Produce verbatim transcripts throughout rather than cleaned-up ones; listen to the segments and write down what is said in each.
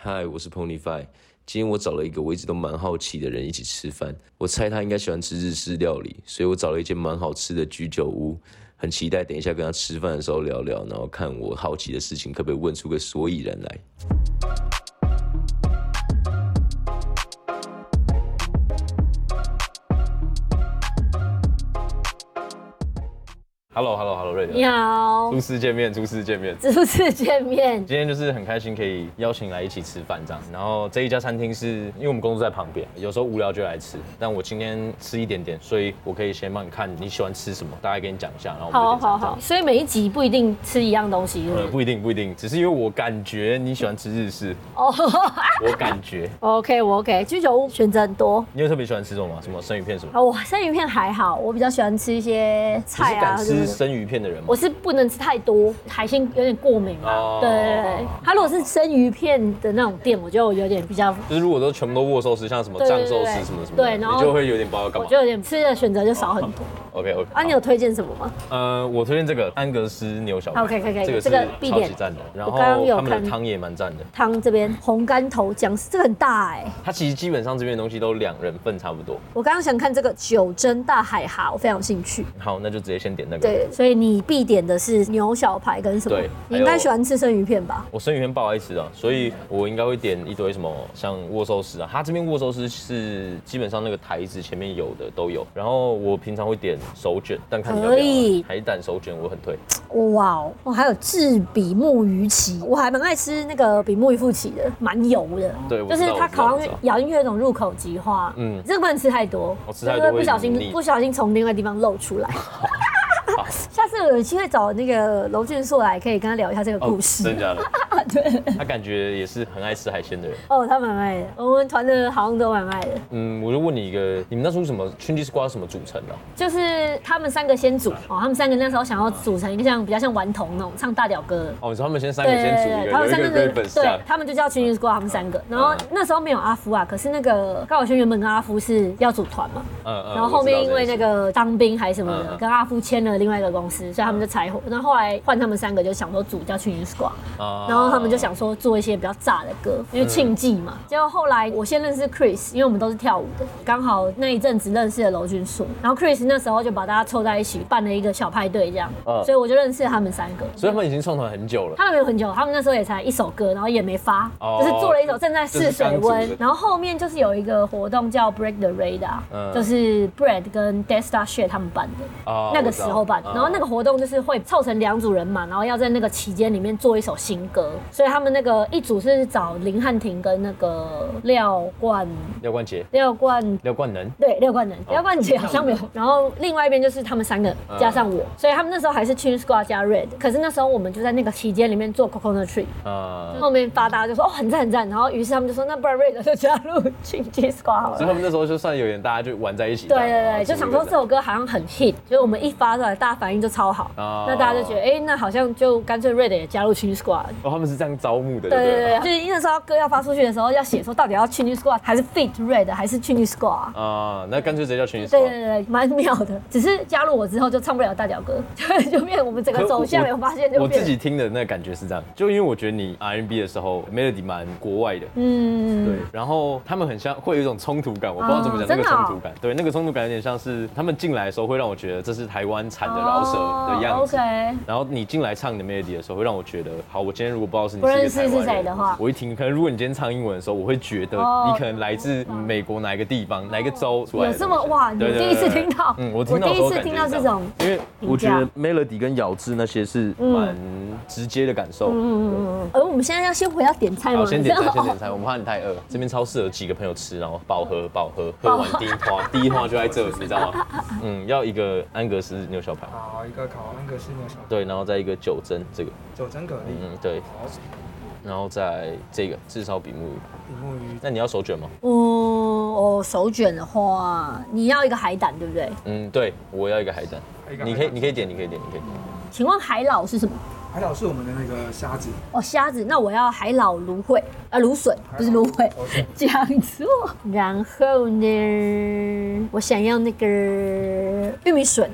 嗨，我是 Ponyfy。今天我找了一个我一直都蛮好奇的人一起吃饭，我猜他应该喜欢吃日式料理，所以我找了一间蛮好吃的居酒屋，很期待等一下跟他吃饭的时候聊聊，然后看我好奇的事情可不可以问出个所以然来。Hello，Hello，Hello， 瑞德， 你好， 初次见面，初次见面， 初次见面。 今天就是很开心可以邀请来一起吃饭这样。然后这一家餐厅是因为我们工作在旁边，有时候无聊就来吃。但我今天吃一点点，所以我可以先帮你看你喜欢吃什么，大概跟你讲一下，然后我们就点餐。 好好好，所以每一集不一定吃一样东西， 呃，不一定不一定，只是因为我感觉你喜欢吃日式哦，我感觉。 OK， 我 OK， 居酒屋选择很多。 你有特别喜欢吃什么吗？什么生鱼片什么？ 啊，我生鱼片还好，我比较喜欢吃一些菜啊。 你是敢吃生鱼片的人吗？ 我是不能吃太多，海鲜有点过敏啊。哦、对对对，他如果是生鱼片的那种店，我就有点比较。就是如果都全部都握寿司，像什么藏寿司什么什么， 对，然后你就会有点不知道干嘛。 我就有点吃的选择就少很多。 OK OK。 啊，你有推荐什么吗？ 呃，我推荐这个安格斯牛小排。 OK OK OK， 这个是超级赞的。然后他们的汤也蛮赞的。 汤这边红干头姜丝，这个很大哎、欸。 它其实基本上这边的东西都两人份差不多。 我刚刚想看这个九珍大海蛤，我非常有兴趣。 好，那就直接先点那个。 对，所以你必点的是牛小排跟什么？ 对， 你应该喜欢吃生鱼片吧？ 我生鱼片爆爱吃啊，所以我应该会点一堆什么像握寿司啊。它这边握寿司是基本上那个台子前面有的都有，然后我平常会点手卷，但看你要不要。可以，海胆手卷我很推。哇哦，还有制比目鱼鳍，我还蛮爱吃那个比目鱼腹鳍的，蛮油的。 对， 就是它烤上去咬进去有种入口即化。嗯，这个不能吃太多， 我吃太多会不小心不小心从另外地方漏出来。下次有机会找那个娄俊硕来，可以跟他聊一下这个故事。 哦、真的假的？对，他感觉也是很爱吃海鲜的人。 哦，他蛮爱的，我们团的好像都蛮爱的。 嗯，我就问你一个，你们那时候什么 Chinese Squad 什么组成的、啊？ 就是他们三个先组哦，他们三个那时候想要组成一个像比较像顽童那种唱大屌歌。 哦，你说他们先三个先组一个， 他们三个对， 对，他们就叫 Chinese Squad， 他们三个。然后那时候没有阿夫啊，可是那个高晓轩原本跟阿夫是要组团嘛，嗯嗯，然后后面因为那个当兵还是什么的，跟阿夫签了另外一个公司，所以他们就拆伙。然后后来换他们三个就想说组叫 Chinese Squad， 然后他们就想说做一些比较炸的歌，因为庆忌嘛。结果后来我先认识 Chris， 因为我们都是跳舞的，刚好那一阵子认识了娄俊硕，然后 Chris 那时候就把大家凑在一起办了一个小派对这样，所以我就认识了他们三个。 所以他们已经创团很久了。 他们没有很久，他们那时候也才一首歌，然后也没发，就是做了一首正在试水温。然后后面就是有一个活动叫 Break the Radar， 就是 Brad 跟 Deathstar Shit 他们办的，那个时候办。然后那个活动就是会凑成两组人嘛，然后要在那个期间里面做一首新歌，所以他们那个一组是找林汉廷跟那个廖冠廖冠杰、 廖冠廖冠能， 对，廖冠能、廖冠杰好像没有。然后另外一边就是他们三个加上我，所以他们那时候还是 Chinese Squad 加 Red， 可是那时候我们就在那个期间里面做 Coconut Tree， 啊，后面发大家就说哦很赞很赞，然后于是他们就说那不然 Red 就加入 Chinese Squad 好了。 所以他们那时候就算有点大家就玩在一起， 对对对，就想说这首歌好像很 hit， 就是我们一发出来大家反应就超好，那大家就觉得哎、欸、那好像就干脆 Red 也加入 Chinese Squad。 哦，他们是这样招募的。 对对对，就是那时候歌要发出去的时候要写说到底要 Chinese Squad 还是 Fit Red 还是 Chinese Squad 啊，那干脆直接叫 Chinese Squad。 对对对，蛮妙的。只是加入我之后就唱不了大屌歌，就变我们整个走向有发现就变。 我自己听的那个感觉是这样，就因为我觉得你 R and B 的时候 melody 蛮国外的，嗯，对，然后他们很像会有一种冲突感，我不知道怎么讲那个冲突感，对，那个冲突感有点像是他们进来的时候会让我觉得这是台湾产的饶舌的样子， OK， 然后你进来唱你的 melody 的时候会让我觉得，好，我今天如果不知道是你不认识是谁的话， 我一听，可能如果你今天唱英文的时候，我会觉得你可能来自美国哪一个地方、哪一个州出来的。 有这么哇？你第一次听到？ 嗯，我听到我第一次听到这种， 因为我觉得 melody 跟咬字那些是蛮直接的感受。嗯嗯嗯。而我们现在要先回到点菜吗？ 好，先点菜，先点菜。我们怕你太饿，这边超适合几个朋友吃，然后饱喝饱喝，喝完第一花，第一花就在这，你知道吗？嗯，要一个安格斯牛小排。 好，一个烤安格斯牛小排。 对，然后再一个九珍这个。 九珍蛤蜊。 嗯，对。然后再这个炙烧比目鱼。 比目鱼。 那你要手卷吗？ 嗯，哦，手卷的话，你要一个海胆，对不对？ 嗯，对，我要一个海胆。你可以，你可以点，你可以点，你可以点。 请问海老是什么？ 海老是我们的那个虾子哦，虾子，那我要海老芦荟啊，芦笋不是芦荟，讲错。然后呢，我想要那个玉米笋。 玉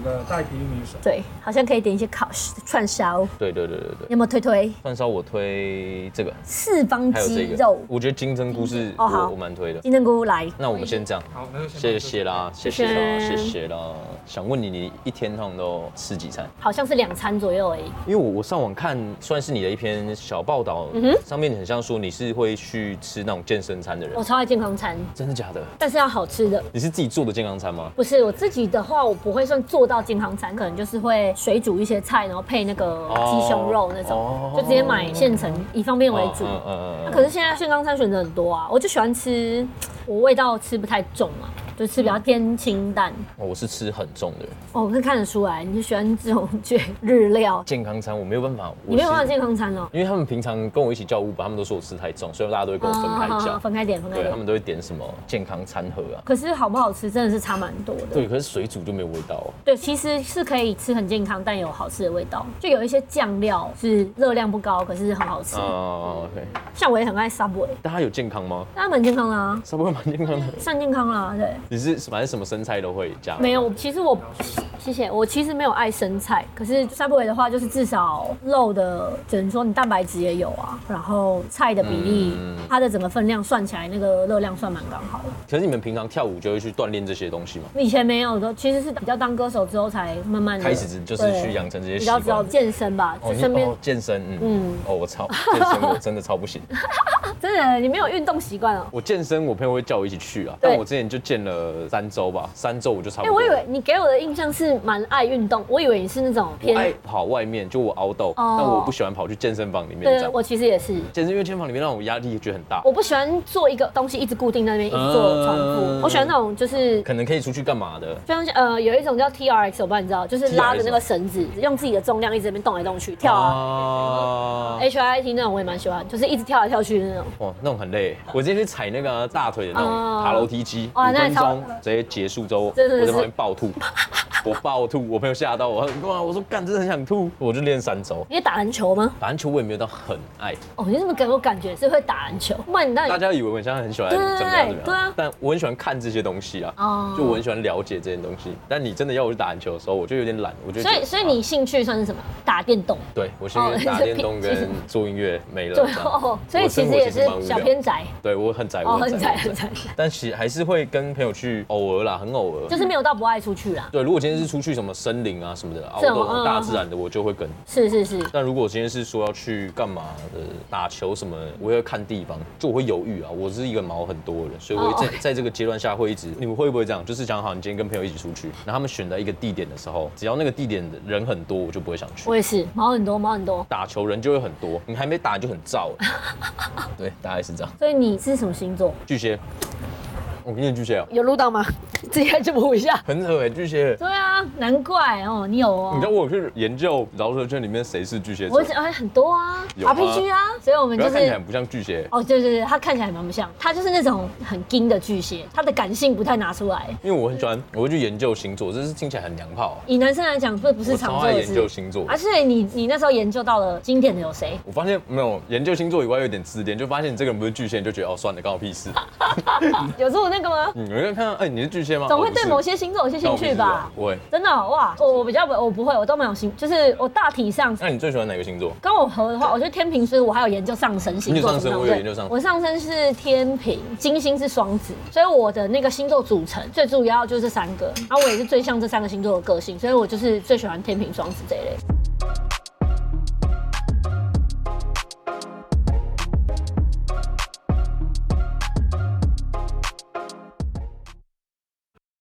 个带皮玉米水。 对，好像可以点一些烤串烧。 对对对对对。 有没有推推？ 串烧我推这个四方还有这个鸡肉， 我觉得金针菇是哦好我我蛮推的。 金针菇来。 那我们先这样， 好，那就先谢谢啦，谢谢啦， 谢谢谢谢啦。想问你，你一天通常都吃几餐？ 好像是两餐左右而已。 因为我我上网看，算是你的一篇小报道，上面很像说你是会去吃那种健身餐的人我，超爱健康餐， 真的假的？ 但是要好吃的。 你是自己做的健康餐吗？ 不是我自己的话，我不会算做到健康餐，可能就是会水煮一些菜，然后配那个鸡胸肉那种， 哦就直接买现成，以方便为主。 嗯嗯那可是现在健康餐选择很多啊，我就喜欢吃，我味道吃不太重嘛，就吃比较偏清淡。 哦我是吃很重的人， 哦，我可以看得出来，你就喜欢这种就日料， 健康餐我没有办法， 你没有办法我是健康餐哦。 因为他们平常跟我一起叫 Uber，他们都说我吃太重，所以大家都会跟我分开叫， 哦分开点，分开点。 对他们都会点什么健康餐盒啊。 可是好不好吃真的是差蛮多的。 对，可是水煮就没有味道哦。 对，其实是可以吃很健康，但有好吃的味道。就有一些酱料是热量不高，可是很好吃。 哦 OK， 像我也很爱 Subway， 但它有健康吗它蛮健康的啊， ？Subway 蛮健康的。 算健康啦。对， 你是反正什么生菜都会加？ 没有，其实我谢谢，我其实没有爱生菜，可是 Subway 的话，就是至少肉的，只能说你蛋白质也有啊，然后菜的比例， 嗯它的整个分量算起来，那个热量算蛮刚好的。 可是你们平常跳舞就会去锻炼这些东西吗？ 以前没有的，其实是比较当歌手之后才慢慢的开始就是去养成这些习比较知道惯。 健身吧， 哦，你就身边哦健身，嗯嗯哦，我操，健身我真的超不行。 真的你没有运动习惯哦。 我健身，我朋友会叫我一起去啊， 对但我之前就健了三周吧，三周我就差不哎、 多。 我以为你给我的印象是蛮爱运动，我以为你是那种我爱偏， 跑外面，就我凹豆， 哦但我不喜欢跑去健身房里面这对， 样。 我其实也是， 健身因为健身房里面让我压力觉得很大， 我不喜欢做一个东西一直固定在那边，一直做重复。 嗯我喜欢那种就是。 可能可以出去干嘛的？ 就像呃，有一种叫 T R X， 我不知道你知道，就是拉着那个绳子，用自己的重量一直在那边动来动去跳啊。 啊 H I T 那种我也蛮喜欢，就是一直跳来跳去的那种。 哇，那种很累。我今天去踩那个大腿的那种哦爬楼梯机，五哇那也超分钟直接结束之后， 真的是我在旁边暴吐，我暴吐，我朋友吓到我，哇，我说干，真的很想吐，我就练三周。 你会打篮球吗？ 打篮球我也没有到很爱， 哦，你怎么给我感觉是会打篮球？不然你到底？ 大家以为我现在很喜欢对怎么样怎么样， 对啊但我很喜欢看这些东西啊， 哦就我很喜欢了解这些东西。但你真的要我去打篮球的时候，我就有点懒，我就觉得所以所以你兴趣算是什么？打电动。 对我现在打电动跟做音乐没了， 对这样哦，所以我生活其实也是蛮无聊小偏宅。 对我很宅， 哦， 我很宅很很宅， 宅， 但其实还是会跟朋友去，偶尔啦，很偶尔。 就是没有到不爱出去啦。 对，如果今天是出去什么森林啊什么的，啊， 这种我都嗯大自然的，我就会跟。 是是是， 但如果今天是说要去干嘛的，打球什么的，我也会看地方，就我会犹豫啊。我是一个毛很多的人，所以我会在、 哦在这个阶段下会一直，你们会不会这样？就是讲好，你今天跟朋友一起出去，然后他们选在一个地点的时候，只要那个地点的人很多，我就不会想去我。也是，毛很多，毛很多。 打球人就会很多，你还没打就很燥了。对，大概是这样。 所以你是什么星座？ 巨蟹，我跟你巨蟹哦、 有录到吗？自己来去补一下。 很扯哎，巨蟹。 对啊，难怪哦，你有哦。 你知道我有去研究饶舌圈里面谁是巨蟹座我，哎很多啊有吗 ，R P G 啊，所以我们可就是他看起来很不像巨蟹， 哦，对对对，他看起来蛮不像，他就是那种很硬的巨蟹，他的感性不太拿出来。 因为我很喜欢，我会去研究星座，这是听起来很娘炮、啊。 以男生来讲，这不是我常做的超爱研究事。 星座， 而且你你那时候研究到了经典的有谁？ 我发现没有研究星座以外有点自恋，就发现你这个人不是巨蟹，你就觉得哦算了，关我屁事。 有做那个吗？ 嗯，有人看到，哎、你是巨蟹吗？ 总会对某些些星座有些兴趣吧？ 不会。 真的哦哇，我我比较不，我不会，我都没有兴，就是我大体上那你最喜欢哪个星座？ 跟我合的话，我觉得天秤，所以我还有研究上升星座。 你有上升什么的我有研究上升我上升是天秤，金星是双子，所以我的那个星座组成最主要就是这三个，然后我也是最像这三个星座的个性，所以我就是最喜欢天秤、双子这一类。